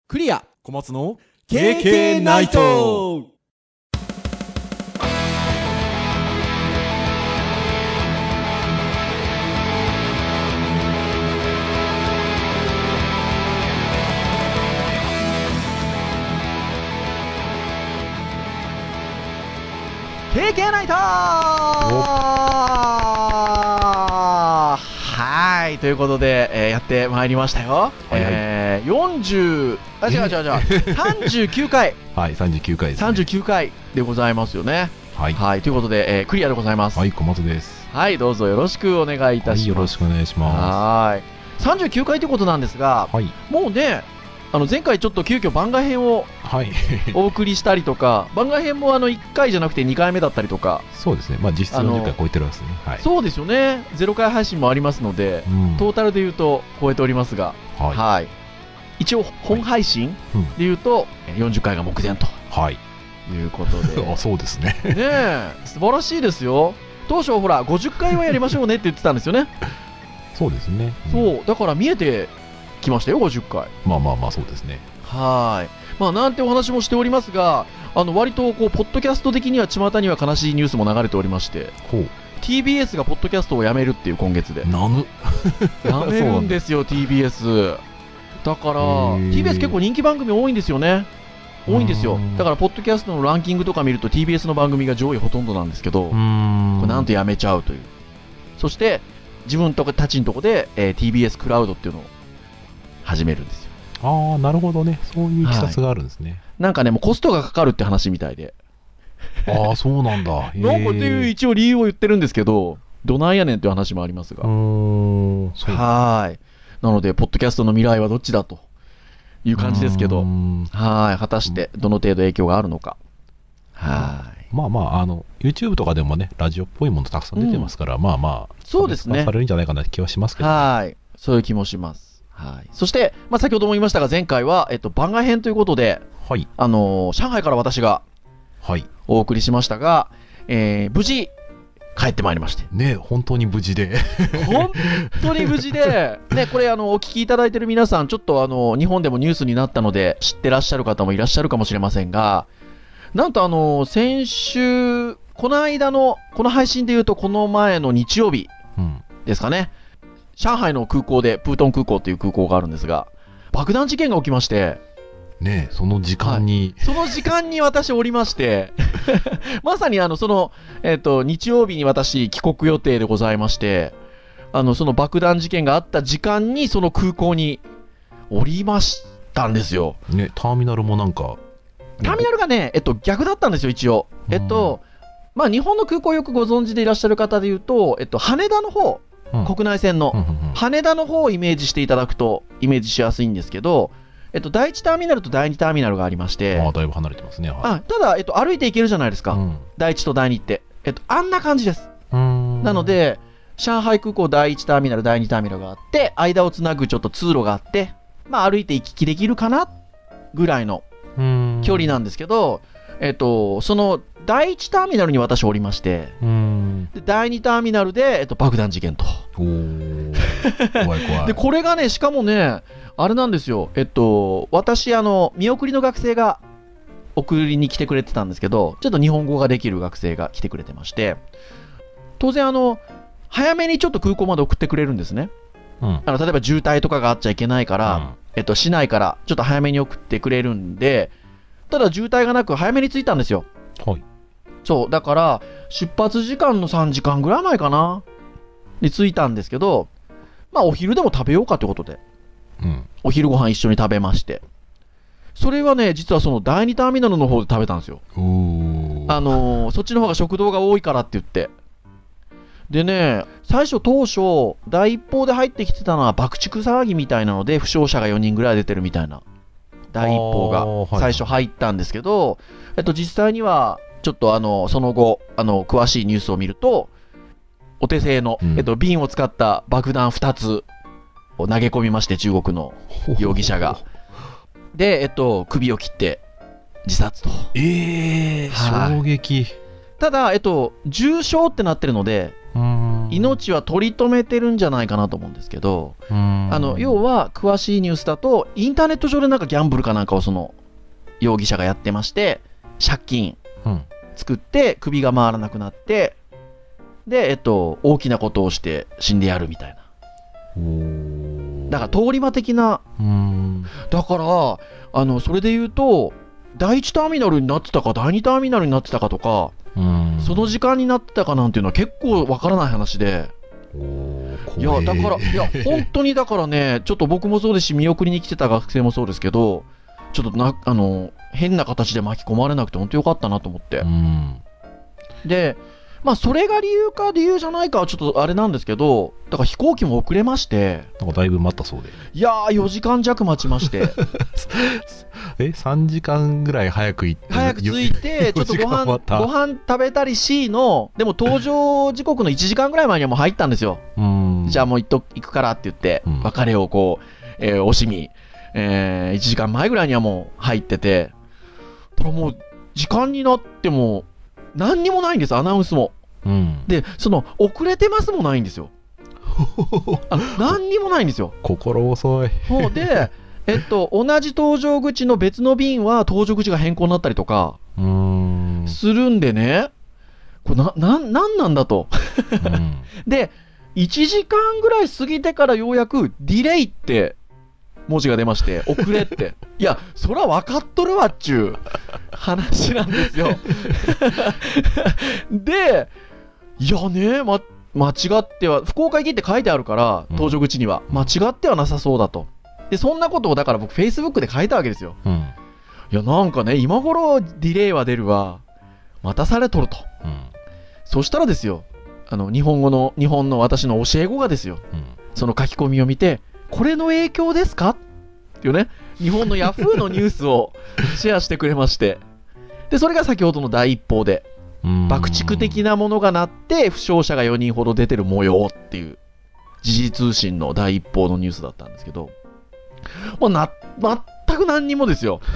クリア小松の KK ナイト。 KK ナイトはい、ということで、やってまいりましたよ。39回はい、39回ですね。 39回でございますよね。 はい、 はい、ということで、クリアでございます。 はい、小松です。 はい、どうぞよろしくお願いいたします。 はい、よろしくお願いします。 はい、39回ということなんですが、 はい、 もうね、前回ちょっと急遽番外編をはい、 お送りしたりとか、番外編も1回じゃなくて2回目だったりとか、 そうですね、まあ実質40回超えてるんですね。はい、 そうですよね、0回配信もありますので、トータルで言うと超えておりますが、 はい、 はい、一応本配信で言うと40回が目前と、 はい、 いうことで、 あ、そうですね。 ねえ、素晴らしいですよ。当初ほら50回はやりましょうねって言ってたんですよね。 そうですね。 そうだから見えてきましたよ、50回。 まあまあまあ、そうですね。 はい、まあなんてお話もしておりますが、割とこうポッドキャスト的には巷には悲しいニュースも流れておりまして、TBS がポッドキャストをやめるっていう、今月でやめるんですよTBS。だから TBS 結構人気番組多いんですよね。多いんですよ。だからポッドキャストのランキングとか見ると TBS の番組が上位ほとんどなんですけど、これなんとやめちゃうという。そして自分たちのとこで、TBS クラウドっていうのを始めるんですよ。 ああ、なるほどね。そういういきさつがあるんですね。 なんかね、もうコストがかかるって話みたいで。 ああ、そうなんだ。 なんかっていう一応理由を言ってるんですけど、どないやねんっていう話もありますが。はい。なので、ポッドキャストの未来はどっちだという感じですけど、はい。果たしてどの程度影響があるのか。はい。 まあまあ、YouTube とかでもね、ラジオっぽいものたくさん出てますから、まあまあ、 そうですね。 されるんじゃないかなって気はしますけど、ね。 はい。そういう気もします。はい、そして、まあ、先ほども言いましたが、前回は、番外編ということで、 はい、 上海から私がお送りしましたが、無事帰ってまいりまして、 ね、本当に無事で本当に無事で、ね、これお聞きいただいている皆さん、ちょっと日本でもニュースになったので知ってらっしゃる方もいらっしゃるかもしれませんが、なんと先週、この間のこの配信でいうとこの前の日曜日ですかね、上海の空港で、プートン空港という空港があるんですが、爆弾事件が起きまして、 ねえ、その時間に、 はい、その時間に私おりましてまさに日曜日に私帰国予定でございまして、その爆弾事件があった時間にその空港におりましたんですよ。 ね、ターミナルもなんか、 ターミナルがね、逆だったんですよ、一応。まあ日本の空港よくご存知でいらっしゃる方で言うと、羽田の方、国内線の羽田の方をイメージしていただくとイメージしやすいんですけど、第1ターミナルと第2ターミナルがありまして、 だいぶ離れてますね。はい、 ただ、歩いて行けるじゃないですか、第1と第2って、あんな感じです。なので上海空港第1ターミナル第2ターミナルがあって、間をつなぐちょっと通路があって、まあ、歩いて行き来できるかなぐらいの距離なんですけど、その第1ターミナルに私おりまして、で第2ターミナルで、爆弾事件と。 怖い怖い。 でこれがね、しかもね、あれなんですよ、私見送りの学生が送りに来てくれてたんですけど、ちょっと日本語ができる学生が来てくれてまして、当然早めにちょっと空港まで送ってくれるんですね。例えば渋滞とかがあっちゃいけないから、市内からちょっと早めに送ってくれるんで、ただ渋滞がなく早めに着いたんですよ。 はい。 そうだから出発時間の3時間ぐらい前かなに着いたんですけど、まあお昼でも食べようかということで、お昼ご飯一緒に食べまして、それはね、実はその第2ターミナルの方で食べたんですよ。そっちの方が食堂が多いからって言って。でね、最初当初第一報で入ってきてたのは爆竹騒ぎみたいなので負傷者が4人ぐらい出てるみたいな第一報が最初入ったんですけど、実際にはちょっとその後詳しいニュースを見ると、お手製の、瓶を使った爆弾2つを投げ込みまして、中国の容疑者が。で、首を切って自殺と。 衝撃。 ただ、重傷ってなってるので、 命は取り留めてるんじゃないかなと思うんですけど、要は詳しいニュースだとインターネット上でなんかギャンブルかなんかをその容疑者がやってまして、借金作って首が回らなくなって、で大きなことをして死んでやるみたいな。だから通り魔的な。だからそれで言うと第1ターミナルになってたか第2ターミナルになってたかとか、その時間になってたかなんていうのは結構わからない話で。いやだから本当にだからね、ちょっと僕もそうですし見送りに来てた学生もそうですけど、ちょっと変な形で巻き込まれなくて本当よかったなと思って。でまあそれが理由か理由じゃないかはちょっとあれなんですけど、だから飛行機も遅れまして、 なんかだいぶ待ったそうで。 いやー4時間弱待ちまして 3時間ぐらい早く着いてちょっとご飯食べたりしの、でも搭乗時刻の1時間ぐらい前にはもう入ったんですよ。じゃあもう行くからって言って、別れをこう、惜しみ、1時間前ぐらいにはもう入ってて、ただもう時間になっても何にもないんです、アナウンスも。でその遅れてますもないんですよ何にもないんですよ。 心細い。 で同じ搭乗口の別の便は搭乗口が変更になったりとかするんでね、これなんなんだとで1時間ぐらい過ぎてからようやくディレイって文字が出まして、遅れっていやそら分かっとるわっちゅう話なんですよでいやね、間違っては福岡行きって書いてあるから搭乗口には、間違ってはなさそうだと。でそんなことをだから僕フェイスブックで書いたわけですよ。いやなんかね、今頃ディレイは出るわ、待たされとると。そしたらですよ、日本の私の教え子がですよ、その書き込みを見て、これの影響ですかっていうね、日本のヤフーのニュースをシェアしてくれまして、でそれが先ほどの第一報で爆竹的なものが鳴って負傷者が4人ほど出てる模様っていう時事通信の第一報のニュースだったんですけど、もう全く何にもですよ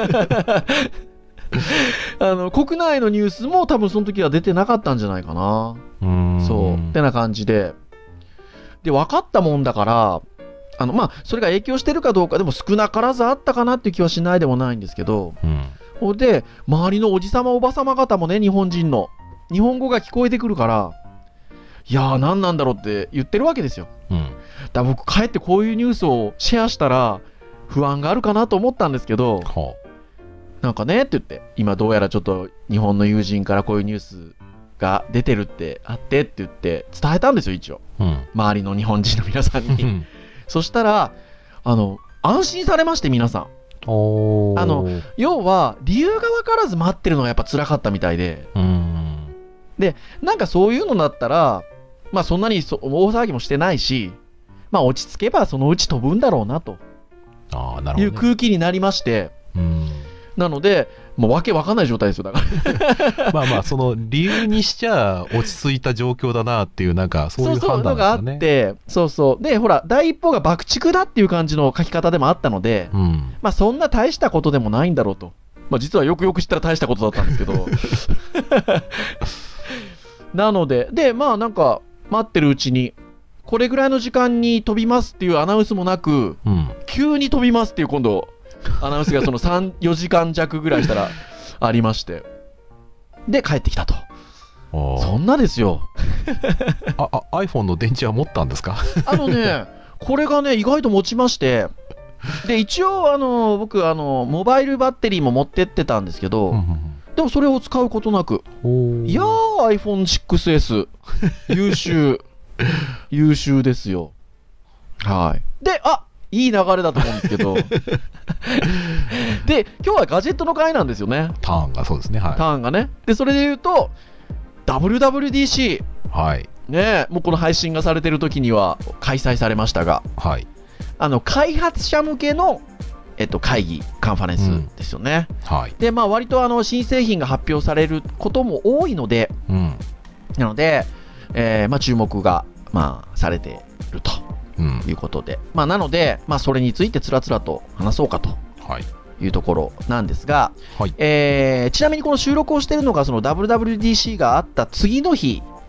国内のニュースも多分その時は出てなかったんじゃないかな。そうってな感じで分かったもんだから、それが影響してるかどうかでも少なからずあったかなっていう気はしないでもないんですけど、で周りのおじさまおばさま方もね、日本人の日本語が聞こえてくるから、いやー何なんだろうって言ってるわけですよ。だから僕帰ってこういうニュースをシェアしたら不安があるかなと思ったんですけど、なんかねって言って、今どうやらちょっと日本の友人からこういうニュースが出てるってあってって言って伝えたんですよ、一応、周りの日本人の皆さんにそしたら安心されまして、皆さん。要は理由が分からず待ってるのがやっぱ辛かったみたいで、でなんかそういうのだったらそんなに大騒ぎもしてないし、落ち着けばそのうち飛ぶんだろうなという空気になりまして、なのでもうわけわかんない状態ですよ。だからその理由にしちゃ落ち着いた状況だなっていう、なんかそういう判断があって、でほら第一報が爆竹だっていう感じの書き方でもあったので、そんな大したことでもないんだろうと、実はよくよく知ったら大したことだったんですけどなのでなんか待ってるうちにこれぐらいの時間に飛びますっていうアナウンスもなく、急に飛びますっていう今度アナウンスがその4時間弱ぐらいしたらありまして、で帰ってきたと。そんなですよ iPhone の電池は持ったんですかこれがね意外と持ちまして、で一応僕モバイルバッテリーも持ってってたんですけど、でもそれを使うことなく、いやー iPhone6S 優秀ですよ。でいい流れだと思うんですけどで今日はガジェットの回なんですよね。 ターンがそうですね、ターンがね。でそれで言うと WWDC、もうこの配信がされてる時には開催されましたが、開発者向けの、会議カンファレンスですよね。で割と新製品が発表されることも多いので、なので、注目が、されているということで、なので、それについてつらつらと話そうかというところなんですが、ちなみにこの収録をしているのがその WWDC があった次の日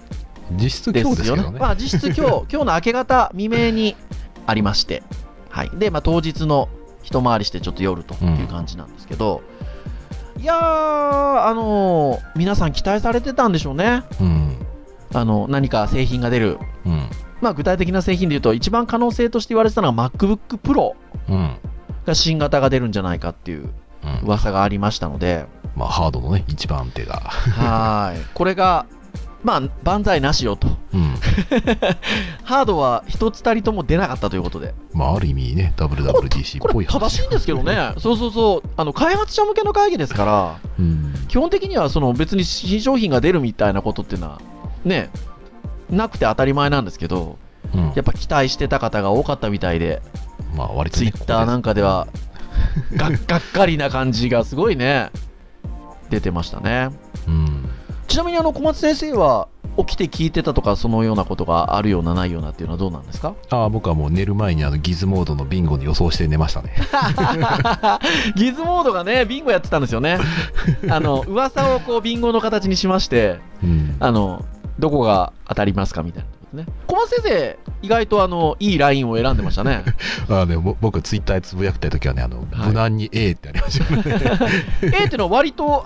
実質今日ですけどね。 まあ実質今日の明け方未明にありまして、はい。で、まあ当日の一回りしてちょっと夜という感じなんですけど、いやー、皆さん期待されてたんでしょうね。何か製品が出る。まあ具体的な製品でいうと、一番可能性として言われてたのが MacBook Pro が新型が出るんじゃないかっていう噂がありましたので、 まあハードのね、一番手が。 はい。これが、まあ万歳なしよと。ハードは一つたりとも出なかったということで。 まあある意味ね、WWDC っぽい話。 これ正しいんですけどね。そう。開発者向けの会議ですから、基本的には別に新商品が出るみたいなことっていうのは、ね、なくて当たり前なんですけど、やっぱ期待してた方が多かったみたいで、 まあ割とね、 ツイッターなんかではがっかりな感じがすごいね、出てましたね。ちなみに小松先生は起きて聞いてたとか、そのようなことがあるようなないようなっていうのはどうなんですか？ 僕はもう寝る前にギズモードのビンゴに予想して寝ましたね。 ギズモードがね、ビンゴやってたんですよね。噂をこうビンゴの形にしまして、どこが当たりますかみたいなことね。小松先生、意外といいラインを選んでましたね。 僕ツイッターでつぶやきたいときはね、無難に A ってありましたね。 A っていうのは割と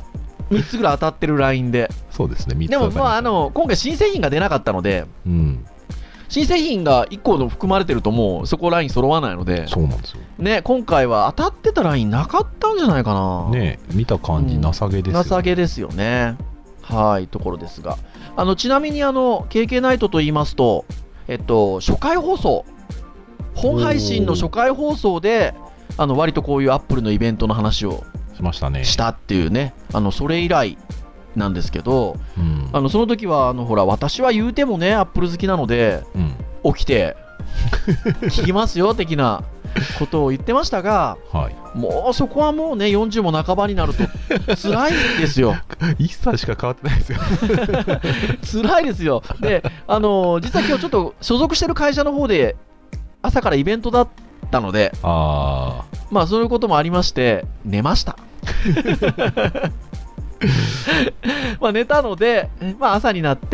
3つぐらい当たってるラインで。 そうですね、3つでもまあ今回新製品が出なかったので、新製品が1個の含まれてるともうそこライン揃わないので、 そうなんですよね、今回は当たってたラインなかったんじゃないかな。 ね、見た感じ情けですよね。 情けですよね。はい、ところですが、ちなみにKK ナイトと言いますと、初回放送、本配信の初回放送で割とこういうアップルのイベントの話をしましたね。 したっていうね、それ以来なんですけど、その時はほら、私は言うてもね、アップル好きなので、起きて聞きますよ的なことを言ってましたが、もうそこはもうね、40も半ばになると辛いですよ。 1歳しか変わってないですよ。 辛いですよ。で、実は今日ちょっと所属してる会社の方で朝からイベントだったので、まあそういうこともありまして寝ました。まあ寝たので、まあ朝になって、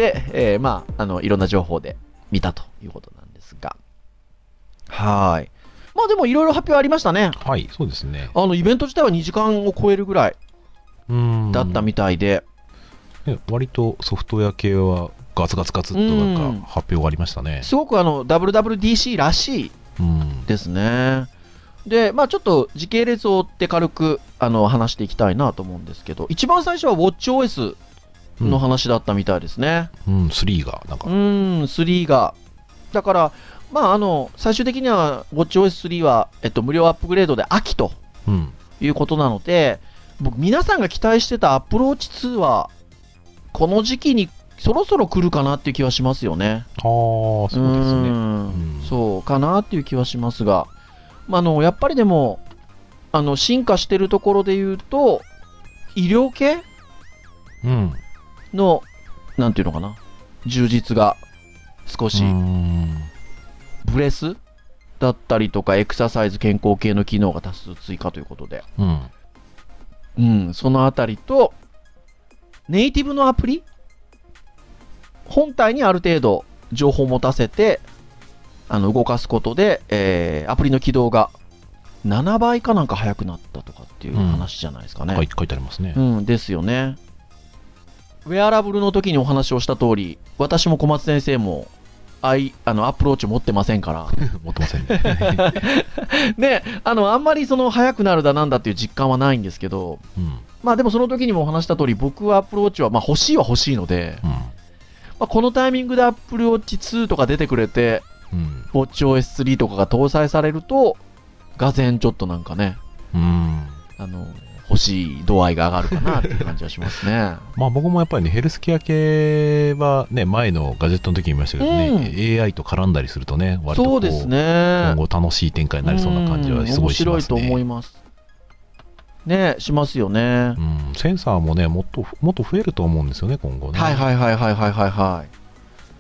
まあいろんな情報で見たということなんですが、はい。まあでもいろいろ発表ありましたね。 はい、そうですね。 イベント自体は2時間を超えるぐらいだったみたいで、 割とソフトウェア系はガツガツガツっとなんか発表がありましたね。 すごくWWDC らしいですね。で、まあちょっと時系列を追って軽く話していきたいなと思うんですけど、一番最初は WatchOS の話だったみたいですね。 3がなんか。 3が。だから、まあ最終的には WatchOS3 は、無料アップグレードで秋ということなので、僕皆さんが期待してた Apple Watch 2はこの時期にそろそろ来るかなっていう気はしますよね。 そうですね。 そうかなっていう気はしますが、やっぱりでも進化してるところで言うと医療系のなんていうのかな、充実が少しブレスだったりとかエクササイズ健康系の機能が多数追加ということで、そのあたりとネイティブのアプリ本体にある程度情報を持たせて動かすことで、アプリの起動が7倍かなんか速くなったとかっていう話じゃないですかね。 書いてありますね。 ですよね。ウェアラブルの時にお話をした通り、私も小松先生もアップローチ持ってませんから持ってませんね。 で、あんまり速くなるだなんだっていう実感はないんですけど、まあでもその時にもお話した通り、僕はアップローチはまあ欲しいは欲しいので、まあ、このタイミングでアップルウォッチ2とか出てくれて、ウォッチ OS3 とかが搭載されると、がぜんちょっとなんかね、欲しい度合いが上がるかなっていう感じはしますね。 まあ僕もやっぱりね、ヘルスケア系はね、前のガジェットの時に言いましたけどね、AI と絡んだりするとね、割とこう、そうですね、今後楽しい展開になりそうな感じはすごいしますね。 面白いと思います。ね、しますよね。 センサーもね、もっと増えると思うんですよね、今後ね。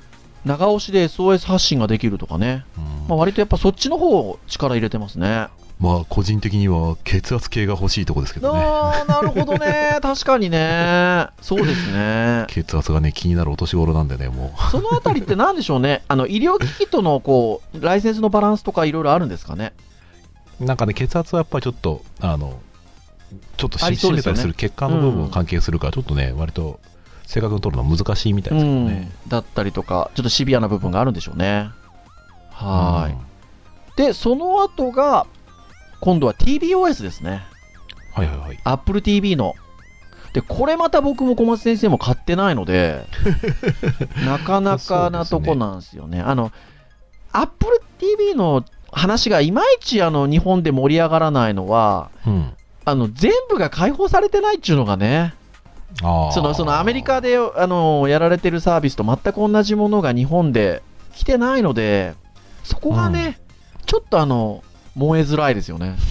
長押しで SOS 発信ができるとかね。まあ割とやっぱそっちの方を力入れてますね。 まあ個人的には血圧計が欲しいとこですけどね。 なるほどね。確かにね。そうですね。 血圧がね、気になるお年頃なんでね、もう。そのあたりって何でしょうね。医療機器とのこう、ライセンスのバランスとかいろいろあるんですかね。 なんかね、血圧はやっぱりちょっと、ちょっと締めたりする血管の部分を関係するから、ちょっとね、割と正確に取るのは難しいみたいですけどね。 だったりとか、ちょっとシビアな部分があるんでしょうね。はい。で、その後が、今度は TBOS ですね。 はいはいはい。 Apple TV の。で、これまた僕も小松先生も買ってないので、なかなかなとこなんですよね。Apple TV の話がいまいち日本で盛り上がらないのは、全部が開放されてないっていうのがね、そのアメリカでやられてるサービスと全く同じものが日本で来てないので、そこがね、ちょっと燃えづらいですよね。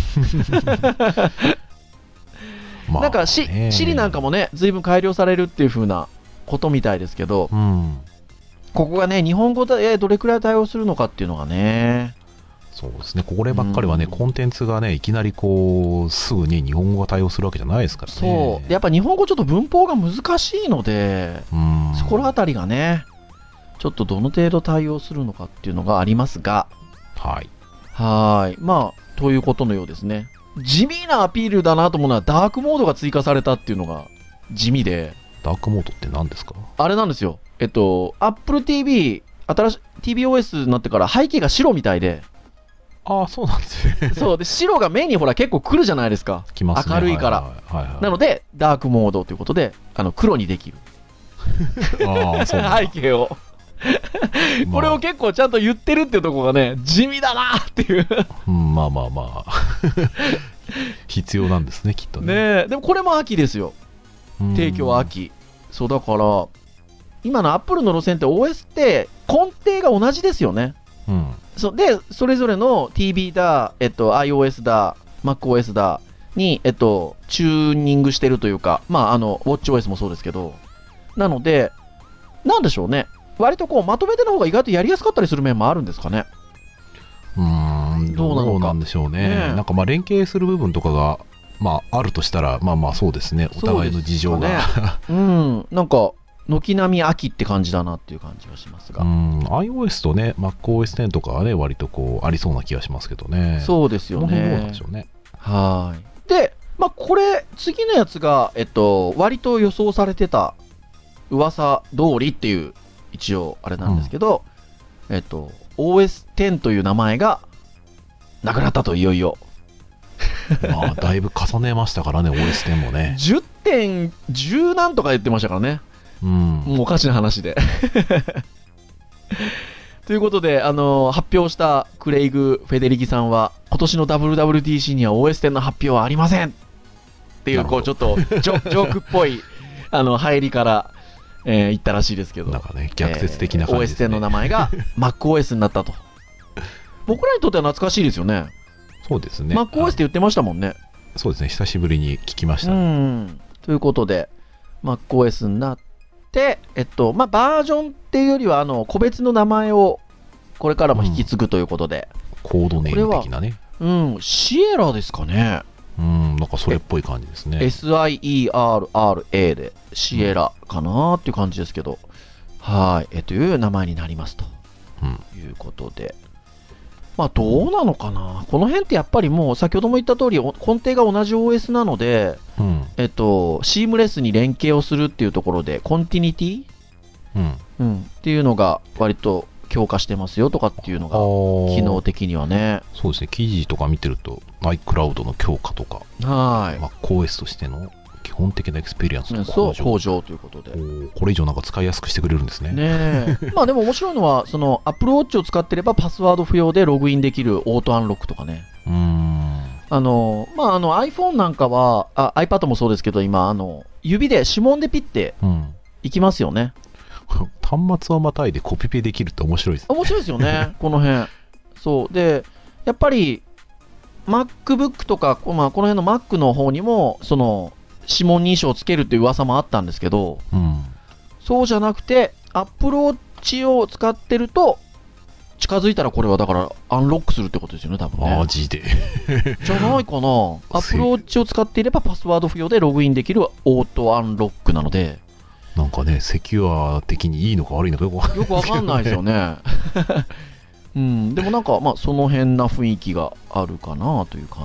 なんかシリなんかもね、随分改良されるっていう風なことみたいですけど、ここがね、日本語でどれくらい対応するのかっていうのがね。 そうですね、こればっかりはね、コンテンツがね、いきなりこう、すぐに日本語が対応するわけじゃないですからね。 そう。やっぱ日本語ちょっと文法が難しいので、そこらあたりがね、ちょっとどの程度対応するのかっていうのがありますが、 はい。 まあ、ということのようですね。地味なアピールだなと思うのは、ダークモードが追加されたっていうのが地味で。 ダークモードって何ですか？ あれなんですよ。Apple TV、新しい TBOS になってから背景が白みたいで。 ああ、そうなんですね。 そうで、白が目にほら結構来るじゃないですか。 来ますね。 明るいから。なので、ダークモードということで、黒にできる。 ああ、そうなんだ。 背景を。これを結構ちゃんと言ってるっていうところがね、地味だなっていう。 まあまあまあ。必要なんですね、きっとね。でもこれも秋ですよ。提供は秋。そうだから、今のアップルの路線って OS って根底が同じですよね。で、それぞれの TV だ、iOS だ、MacOS だに、チューニングしてるというか、まあ、WatchOS もそうですけど、なので、なんでしょうね。割とこう、まとめての方が意外とやりやすかったりする面もあるんですかね。 どうなんでしょうね。なんかまあ、連携する部分とかが、まあ、あるとしたら、まあまあ、そうですね。お互いの事情が。 なんか、軒並み秋って感じだなっていう感じはしますが。 iOS とね、MacOS10 とかはね、割とこう、ありそうな気がしますけどね。 そうですよね。 どうなんでしょうね。 はい。で、まあ、これ、次のやつが、割と予想されてた噂通りっていう、一応、あれなんですけど、OS10 という名前が、なくなったと、いよいよ。 まあ、だいぶ重ねましたからね、OS10 もね。 10なんとか言ってましたからね。もうおかしな話で。ということで、発表したクレイグ・フェデリギさんは、今年の WWDC には OS10 の発表はありませんっていう、こう、ちょっとジョークっぽい入りから、言ったらしいですけど、 なんかね、逆説的な感じですね。 OS10 の名前が MacOS になったと。僕らにとっては懐かしいですよね。 そうですね。 MacOS って言ってましたもんね。 そうですね、久しぶりに聞きました。 ということで、MacOS になって、まあ、バージョンっていうよりは、個別の名前をこれからも引き継ぐということで。 コードネーム的なね。 シエラですかね。 なんかそれっぽい感じですね。 SIERRA で、シエラかなっていう感じですけど、はい、という名前になりますと。いうことで。まあ、どうなのかな。この辺ってやっぱりもう、先ほども言った通り、根底が同じ OS なので、シームレスに連携をするっていうところで、コンティニティっていうのが割と強化してますよとかっていうのが、機能的にはね。 そうですね、記事とか見てると、iCloud の強化とか、MacOS としての基本的なエクスペリエンスの向上ということで。 これ以上なんか使いやすくしてくれるんですね。 まあでも面白いのは、その Apple Watch を使ってればパスワード不要でログインできるオートアンロックとかね。iPhone なんかは、iPad もそうですけど、今、指で指紋でピッていきますよね。 端末をまたいでコピペできるって面白いですね。 面白いですよね、この辺。そう。で、やっぱり、MacBook とか、この辺の Mac の方にも、その、指紋認証をつけるっていう噂もあったんですけど、そうじゃなくて、Apple Watch を使ってると、 近づいたらこれはだからアンロックするってことですよね、多分ね。 マジで。 じゃないかな。アプローチを使っていればパスワード不要でログインできるオートアンロックなので。 なんかね、セキュア的にいいのか悪いのかよくわかんないですよね。うん、でもなんか、まあ、その辺な雰囲気があるかなという感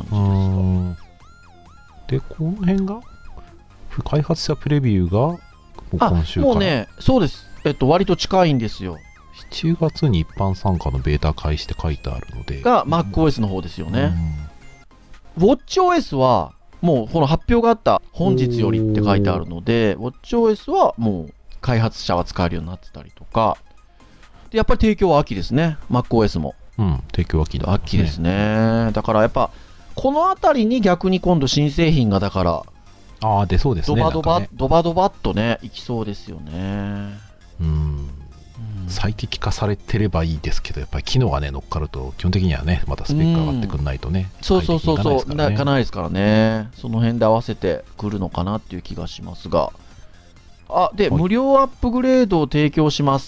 じですか。で、この辺が開発者プレビューが今週から。 もうね、そうです。割と近いんですよ。 7月に一般参加のベータ開始って書いてあるので。 が MacOS の方ですよね。WatchOS は、もうこの発表があった本日よりって書いてあるので、WatchOS はもう開発者は使えるようになってたりとか、でやっぱり提供は秋ですね、MacOS も。 提供は秋だ、ね。 秋ですね。だからやっぱ、このあたりに逆に今度新製品がだから、 出そうですね。 ドバドバっとね、いきそうですよね。 最適化されてればいいですけど、やっぱり機能がね、乗っかると、基本的にはね、またスペック上がってくんないとね。 そう、いかないですからね。その辺で合わせてくるのかなっていう気がしますが。で、無料アップグレードを提供します。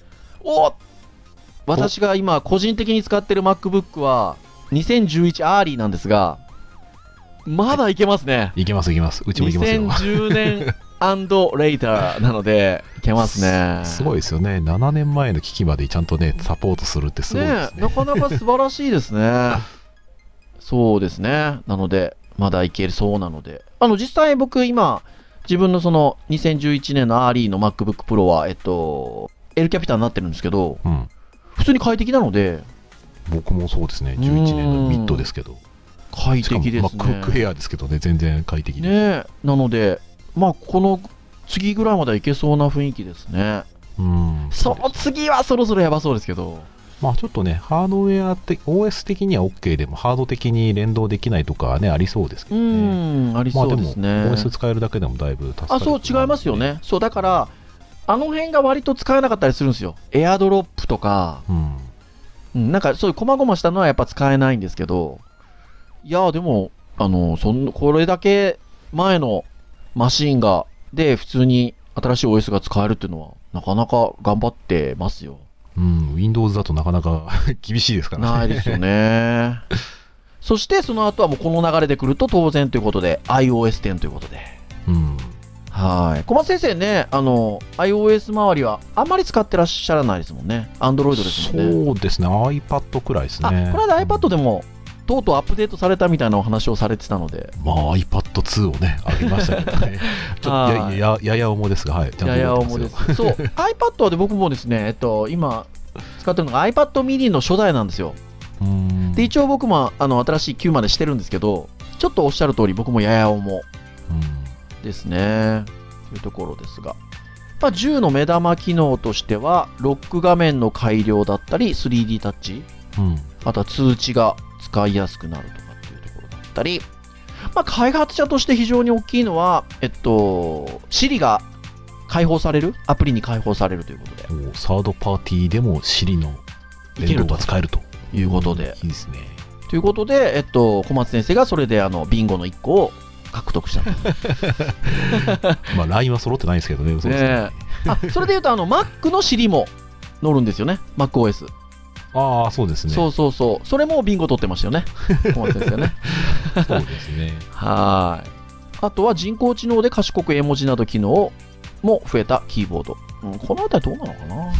私が今、個人的に使ってる MacBook は、2011アーリーなんですが、まだいけますね。 いけます。うちもいけますよ。 2010年レイターなので、いけますね。 すごいですよね。7年前の機器までちゃんとね、サポートするってすごいですね。 なかなか素晴らしいですね。そうですね。なので、まだいけるそうなので。実際僕今、自分のその2011年のアーリーの MacBook Pro は、L キャピターになってるんですけど、普通に快適なので。 僕もそうですね。11年のミッドですけど。 快適ですね。 MacBook Air ですけどね、全然快適です。なので、まあ、この次ぐらいまではいけそうな雰囲気ですね。その次はそろそろやばそうですけど。 まあちょっとね、ハードウェア的、OS 的には OK でも、ハード的に連動できないとかはね、ありそうですけどね。 ありそうですね。 まあでも、OS 使えるだけでもだいぶ助かる。 そう、違いますよね。そう、だから、あの辺が割と使えなかったりするんですよ。エアドロップとか、なんかそういう細々したのはやっぱ使えないんですけど、いや、でも、これだけ前のマシーンで普通に新しい OS が使えるっていうのは、なかなか頑張ってますよ。 Windows だとなかなか厳しいですからね。 ないですよね。そしてその後はもうこの流れで来ると当然ということで iOS10 ということで。はい。小松先生ね、iOS 周りはあんまり使ってらっしゃらないですもんね。Android ですもんね。 そうですね。iPad くらいですね。 この間 iPad でも、とうとうアップデートされたみたいなお話をされてたので。 まあ iPad2 をね、あげましたけどね。ちょっとやや重ですが、はい。 やや重です。そう。iPad で僕もですね、今、使ってるのが iPad mini の初代なんですよ。で、一応僕も新しい9までしてるんですけど、ちょっとおっしゃる通り僕もやや重ですね。というところですが。まあ、10の目玉機能としては、ロック画面の改良だったり、3D タッチ、あとは通知が使いやすくなるとかっていうところだったり、まあ、開発者として非常に大きいのは、Siri が開放される、アプリに開放されるということで。 サードパーティーでも Siri の連動が使えるということで。 いいですね。 ということで、小松先生がそれでビンゴの1個を獲得したまあ LINE は揃ってないですけどね。そうですね。 それでいうとMac の Siri も乗るんですよね。MacOS。 そうですね。 そう。それもビンゴ取ってましたよね。小松先生ね。 そうですね。 はい。あとは人工知能で賢く絵文字など機能も増えたキーボード。このあたりどうなのかな。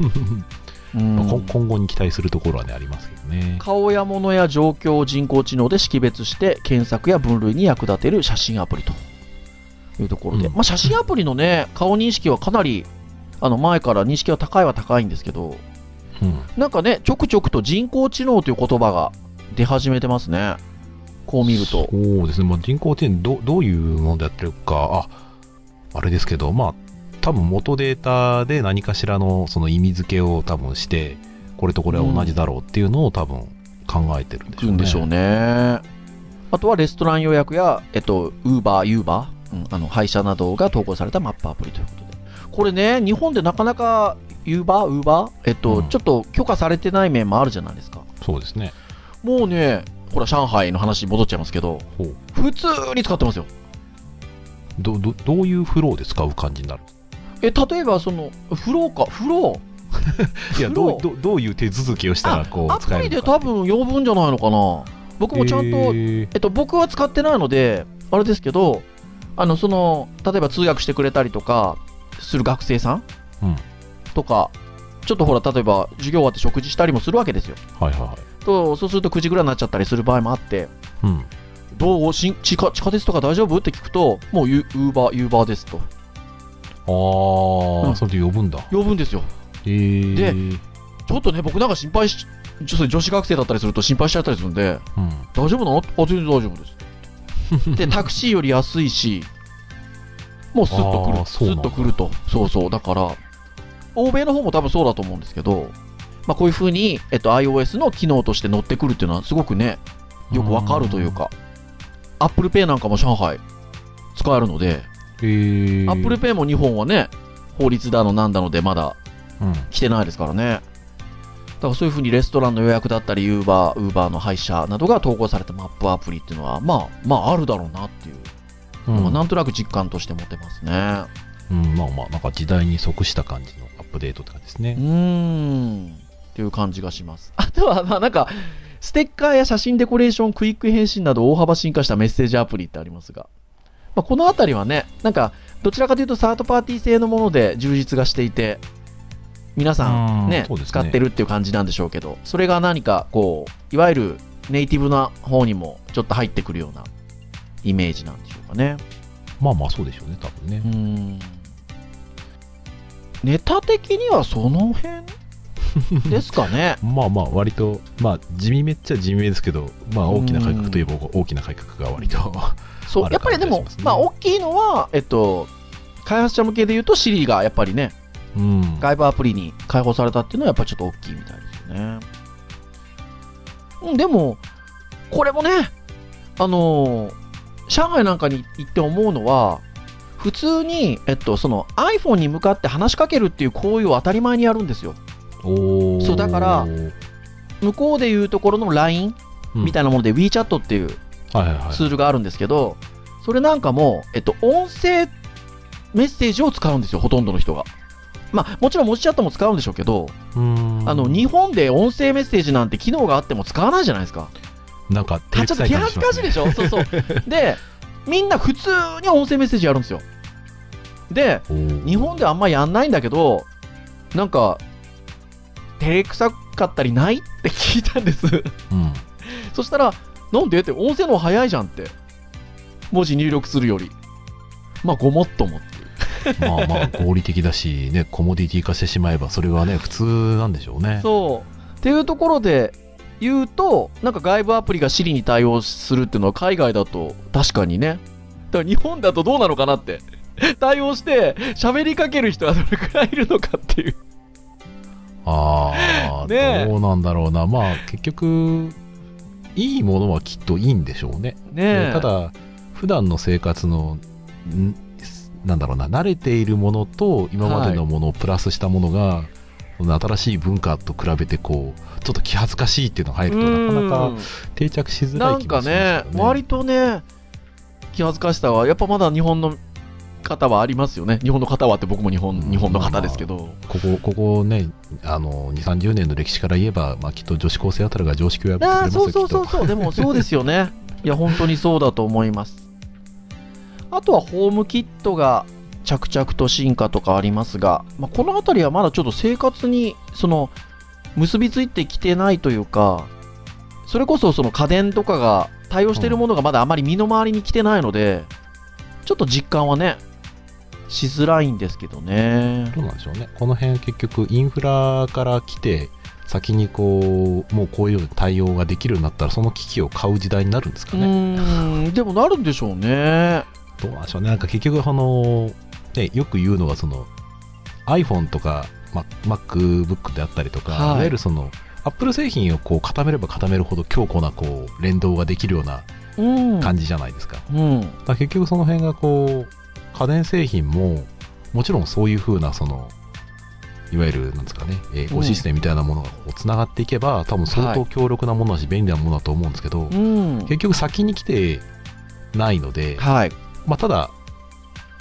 今後に期待するところはね、ありますけどね。 顔や物や状況を人工知能で識別して検索や分類に役立てる写真アプリというところで、まあ、写真アプリのね、顔認識はかなり前から認識は高いんですけど、なんかね、ちょくちょくと人工知能という言葉が出始めてますね。こう見ると。 そうですね。まあ、人工知能どういうものでやってるか、あれですけど、まあ、多分元データで何かしらのその意味付けを多分して、これとこれは同じだろうっていうのを多分考えてるんでしょうね。 あとはレストラン予約や、Uber、配車などが投稿されたマップアプリということで。これね、日本でなかなかUber、ちょっと許可されてない面もあるじゃないですか。 そうですね。 もうね、ほら、上海の話に戻っちゃいますけど、普通に使ってますよ。 どういうフローで使う感じになる？ 例えばフローいやどういう手続きをしたらこう使えるのか。 アプリで多分呼ぶんじゃないのかな。僕もちゃんと、僕は使ってないのであれですけど、例えば通訳してくれたりとかする学生さん、とかちょっとほら例えば授業終わって食事したりもするわけですよ。 はいはいはい。 そうすると9時ぐらいになっちゃったりする場合もあって、どう地下鉄とか大丈夫って聞くと、もうユーバーですと。 それで呼ぶんだ。 呼ぶんですよ。でちょっとね、僕なんか心配し、女子学生だったりすると心配しちゃったりするんで、大丈夫なの？全然大丈夫ですでタクシーより安いし、もうスッと来ると。そうだから欧米の方も多分そうだと思うんですけど、こういう風に、iOS の機能として乗ってくるっていうのはすごくね、よくわかるというか、Apple Pay なんかも上海使えるので、Apple Pay も日本はね、法律だのなんだのでまだ来てないですからね。だからそういう風にレストランの予約だったり、Uber の配車などが統合されたマップアプリっていうのは、あるだろうなっていう、なんとなく実感として持てますね。 なんか時代に即した感じのアップデートって感じですね。 っていう感じがします。あとはなんかステッカーや写真デコレーション、クイック返信など大幅進化したメッセージアプリってありますが、このあたりはね、なんかどちらかというとサードパーティー製のもので充実がしていて、皆さんね、使ってるっていう感じなんでしょうけど、それが何かこういわゆるネイティブな方にもちょっと入ってくるようなイメージなんでしょうかね。 そうでしょうね、多分ね。 ネタ的にはその辺ですかね。 割と地味めっちゃ地味めですけど、大きな改革といえば大きな改革が割とそうやっぱりでも大きいのは開発者向けでいうと Siri がやっぱりね、外部アプリに開放されたっていうのはやっぱりちょっと大きいみたいですよね。でもこれもね、上海なんかに行って思うのは、普通に、その iPhone に向かって話しかけるっていう行為を当たり前にやるんですよ。そうだから向こうでいうところの LINE みたいなもので WeChat っていうツールがあるんですけど、それなんかも、音声メッセージを使うんですよ、ほとんどの人が。もちろん文字チャットも使うんでしょうけど、日本で音声メッセージなんて機能があっても使わないじゃないですか。 なんかちょっと気恥ずかしいでしょ。そうでみんな普通に音声メッセージやるんですよ。で日本ではあんまやんないんだけど、なんか照れくさかったりないって聞いたんです、そしたらなんでって、音声の方が早いじゃんって、文字入力するより。ごもっともっていう合理的だしね、コモディティ化してしまえばそれはね普通なんでしょうね。 そうっていうところで言うと、なんか外部アプリが Siri に対応するっていうのは海外だと確かにね。だから日本だとどうなのかなって対応して喋りかける人はどれくらいいるのかっていう。 どうなんだろうな。結局いいものはきっといいんでしょうね。ただ普段の生活の慣れているものと今までのものをプラスしたものが、新しい文化と比べてこうちょっと気恥ずかしいっていうのが入るとなかなか定着しづらい気もしますよね。 なんかね、割とね気恥ずかしさはやっぱまだ日本の方はありますよね。日本の方はって僕も日本の方ですけど、 ここね2、30年の歴史から言えば、きっと女子高生あたりが常識を破ってくれますよ。 そうでもそうですよね。いや本当にそうだと思います。あとはホームキットが着々と進化とかありますが、この辺りはまだちょっと生活に結びついてきてないというか、それこそその家電とかが対応しているものがまだあまり身の回りに来てないので、ちょっと実感はねしづらいんですけどね。 どうなんでしょうね。この辺結局インフラから来て先にもうこういう対応ができるようになったらその機器を買う時代になるんですかね。 でもなるんでしょうね。 どうなんでしょうね。なんか結局よく言うのはiPhone とか、MacBook であったりとか、いわゆるApple 製品を固めれば固めるほど強固な連動ができるような感じじゃないですか。だ結局その辺が家電製品ももちろんそういう風ないわゆるなんですかね、エコシステムみたいなものがつながっていけば多分相当強力なものだし、便利なものだと思うんですけど、結局先に来てないので、ただ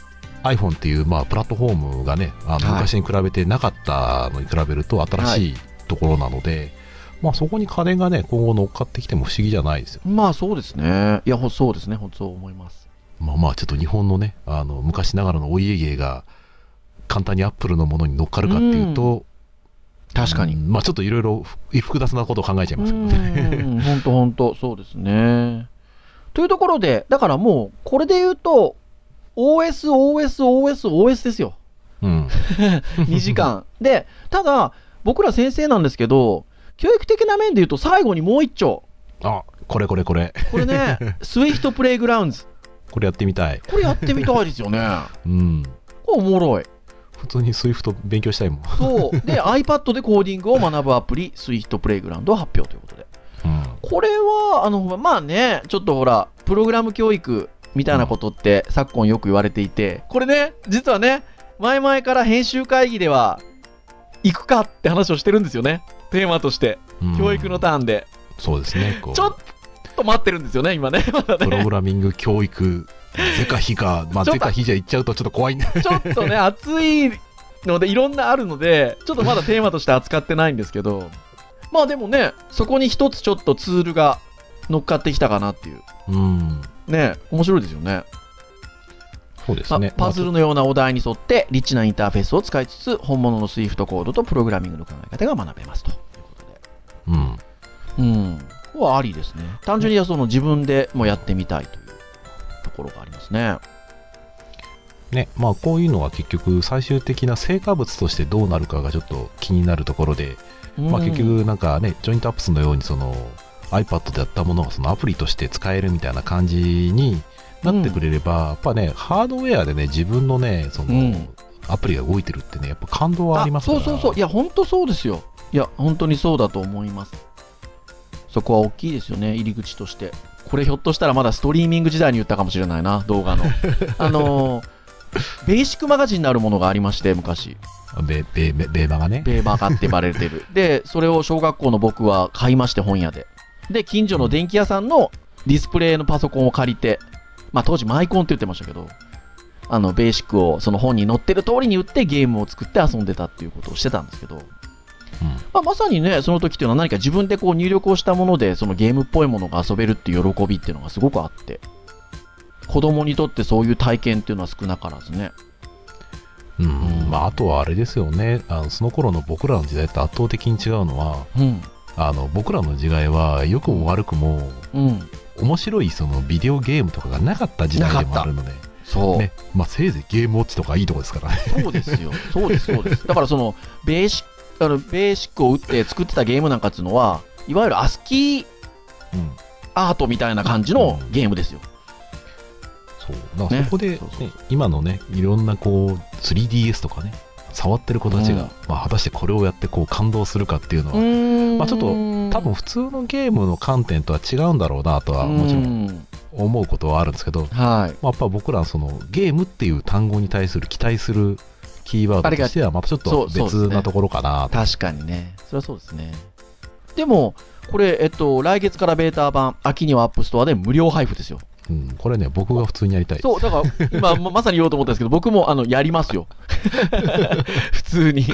iPhone っていう、まあ、プラットフォームがね、昔に比べてなかったのに比べると新しいところなので、まあ、そこに金がね、今後乗っかってきても不思議じゃないですよ。 まあそうですね。いや、そうですね。本当そう思います。 まあ、ちょっと日本のね、昔ながらのお家芸が簡単にアップルのものに乗っかるかっていうと、 確かに。 まあ、ちょっといろいろ複雑なことを考えちゃいますけどね。 本当そうですね。というところで、だからもう、これで言うと、OS ですよ。2時間。で、ただ、僕ら先生なんですけど、教育的な面で言うと、最後にもう一丁。 これ。これね、Swift プレイグラウンズ。 これやってみたい。 これやってみたいですよね。これおもろい。 普通に Swift 勉強したいもん。 そう。で、iPad でコーディングを学ぶアプリ、Swift プレイグラウンドを発表ということで。これは、まあね、ちょっとほら、プログラム教育みたいなことって昨今よく言われていて、これね、実はね、前々から編集会議では、行くかって話をしてるんですよね。テーマとして。教育のターンで。 そうですね。 ちょっと待ってるんですよね、今ね。まだね。 プログラミング教育、ゼカヒか、まあ、ゼカヒじゃ言っちゃうとちょっと怖いんだ。 ちょっとね、熱いので、いろんなあるので、ちょっとまだテーマとして扱ってないんですけど、まあでもね、そこに一つちょっとツールが乗っかってきたかなっていう。ね、面白いですよね。 そうですね。 パズルのようなお題に沿ってリッチなインターフェースを使いつつ、本物の Swift コードとプログラミングの考え方が学べますということで。ここはありですね。単純にその自分でもやってみたいというところがありますね。 ね、まあこういうのは結局最終的な成果物としてどうなるかがちょっと気になるところで、まあ結局なんかね、ジョイントアップスのようにその iPad でやったものがそのアプリとして使えるみたいな感じになってくれれば、やっぱね、ハードウェアでね、自分のね、その、アプリが動いてるってね、やっぱ感動はありますから。 そう。いや、本当そうですよ。いや、本当にそうだと思います。そこは大きいですよね、入り口として。これひょっとしたらまだストリーミング時代に言ったかもしれないな、動画の。ベーシックマガジンになるものがありまして、昔。 ベーマがね。 ベーマガって呼ばれてる。で、それを小学校の僕は買いまして、本屋で。で、近所の電気屋さんのディスプレイのパソコンを借りて、まあ当時マイコンって言ってましたけど、ベーシックをその本に載ってる通りに打ってゲームを作って遊んでたっていうことをしてたんですけど、まさにね、その時っていうのは何か自分でこう入力をしたもので、そのゲームっぽいものが遊べるっていう喜びっていうのがすごくあって、子供にとってそういう体験っていうのは少なからずね。 まああとはあれですよね、その頃の僕らの時代って圧倒的に違うのは、僕らの時代は良くも悪くも、面白いそのビデオゲームとかがなかった時代でもあるので、 そう、 ね、まあせいぜいゲームウォッチとかいいとこですからね。 そうですよ、そうです。だからそのベーシックを打って作ってたゲームなんかっていうのは、いわゆるアスキーアートみたいな感じのゲームですよ。 そうだからそこで、今のね、いろんなこう 3DS とかね、触ってる子たちが、まあ、果たしてこれをやってこう感動するかっていうのは、まあ、ちょっと多分普通のゲームの観点とは違うんだろうなとはもちろん思うことはあるんですけど、まあ、やっぱ僕らそのゲームっていう単語に対する期待するキーワードとしてはまたちょっと別なところかなと。 確かにね、それはそうですね。でもこれ、来月からベータ版、秋にはアップストアで無料配布ですよ。 これね、僕が普通にやりたい。 そう、だから今まさに言おうと思ったんですけど、僕もやりますよ。普通に。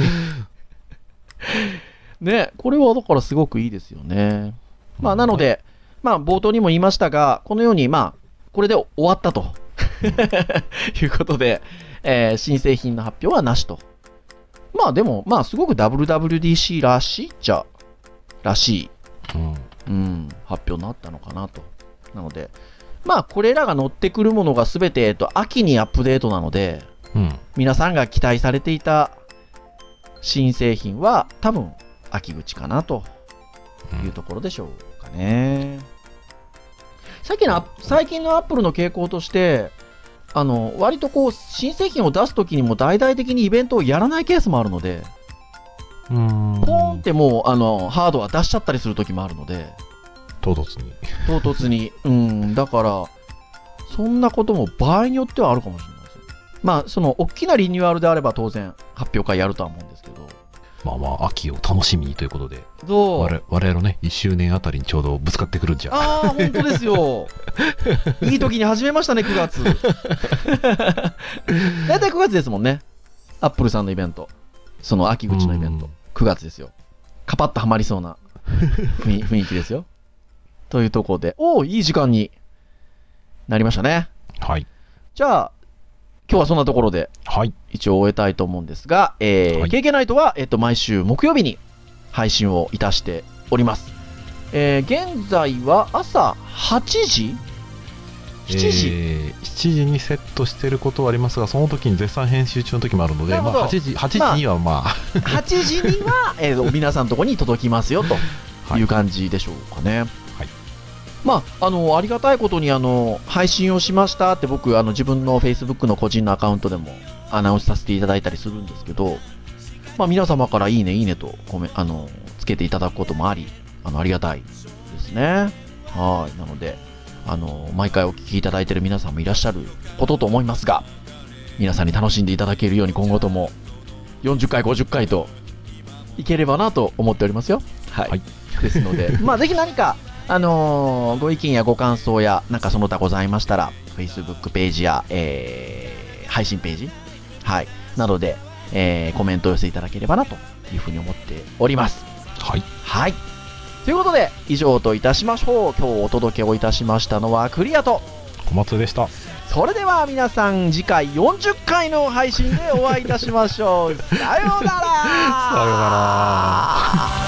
ね、これはだからすごくいいですよね。まあなので、まあ冒頭にも言いましたが、このようにまあこれで終わったということで、新製品の発表はなしと。まあでもまあすごく WWDC らしいっちゃらしい、発表になったのかなと。なので。まあこれらが乗ってくるものがすべて、秋にアップデートなので、皆さんが期待されていた新製品は多分秋口かなというところでしょうかね。最近のアップルの傾向として、割とこう新製品を出すときにも大々的にイベントをやらないケースもあるので、ポーンってもうハードは出しちゃったりするときもあるので、 唐突に。 だから、そんなことも場合によってはあるかもしれないですよ。まあ、その、大きなリニューアルであれば当然、発表会やるとは思うんですけど、 まあまあ、秋を楽しみにということで、 そう。 我々のね、1周年あたりにちょうどぶつかってくるんじゃ。 ああ、本当ですよ。いい時に始めましたね、9月。大体9月ですもんね。アップルさんのイベント。その秋口のイベント。9月ですよ。カパッとはまりそうな雰囲気ですよ。というところで、いい時間になりましたね。 はい。 じゃあ、今日はそんなところで、 はい。 一応終えたいと思うんですが、KK ナイトは、毎週木曜日に配信をいたしております。現在は朝8時 ?7 時、 7時にセットしてることはありますが、その時に絶賛編集中の時もあるので、まあ8時にはまあ。 8時には、皆さんのところに届きますよという感じでしょうかね。まあ、ありがたいことに配信をしましたって僕自分の Facebook の個人のアカウントでもアナウンスさせていただいたりするんですけど、まあ、皆様からいいねいいねとつけていただくこともありありがたいですね。はい。なので毎回お聞きいただいている皆さんもいらっしゃることと思いますが、皆さんに楽しんでいただけるように今後とも40回50回といければなと思っておりますよ。はい、ですのでまあぜひ何かご意見やご感想やなんかその他ございましたら Facebook ページや、配信ページ、はい、などで、コメントを寄せいただければなというふうに思っております。 はい、 はい、ということで以上といたしましょう。今日お届けをいたしましたのはクリアと小松でした。 それでは皆さん次回40回の配信でお会いいたしましょう。さようなら。 さようなら。